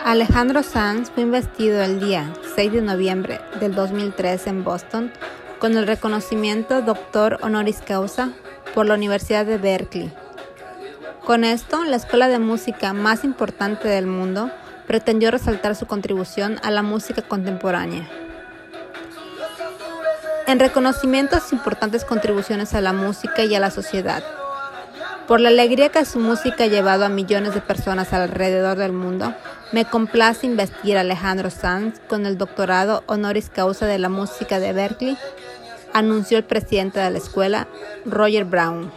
Alejandro Sanz fue investido el día 6 de noviembre del 2003 en Boston con el reconocimiento Doctor Honoris Causa por la Universidad de Berkeley. Con esto, la escuela de música más importante del mundo pretendió resaltar su contribución a la música contemporánea. En reconocimiento a sus importantes contribuciones a la música y a la sociedad, por la alegría que su música ha llevado a millones de personas alrededor del mundo, me complace investir a Alejandro Sanz con el doctorado Honoris Causa de la música de Berkeley, anunció el presidente de la escuela, Roger Brown.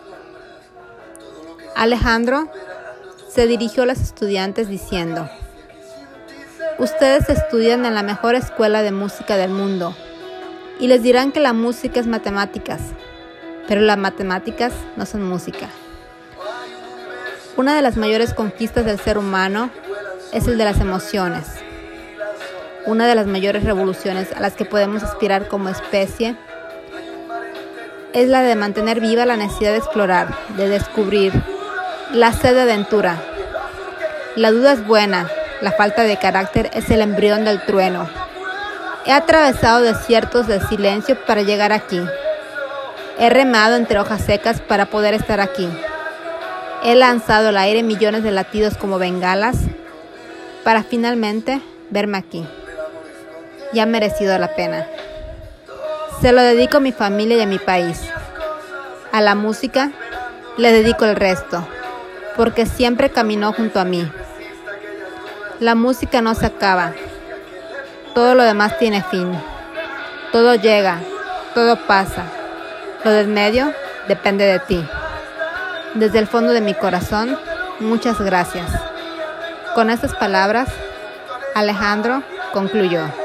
Alejandro se dirigió a los estudiantes diciendo: ustedes estudian en la mejor escuela de música del mundo y les dirán que la música es matemáticas, pero las matemáticas no son música. Una de las mayores conquistas del ser humano es el de las emociones. Una de las mayores revoluciones a las que podemos aspirar como especie es la de mantener viva la necesidad de explorar, de descubrir, la sed de aventura. La duda es buena, la falta de carácter es el embrión del trueno. He atravesado desiertos de silencio para llegar aquí. He remado entre hojas secas para poder estar aquí. He lanzado al aire millones de latidos como bengalas para finalmente verme aquí. Y ha merecido la pena. Se lo dedico a mi familia y a mi país. A la música le dedico el resto, porque siempre caminó junto a mí. La música no se acaba. Todo lo demás tiene fin. Todo llega, todo pasa. Lo del medio depende de ti. Desde el fondo de mi corazón, muchas gracias. Con estas palabras, Alejandro concluyó.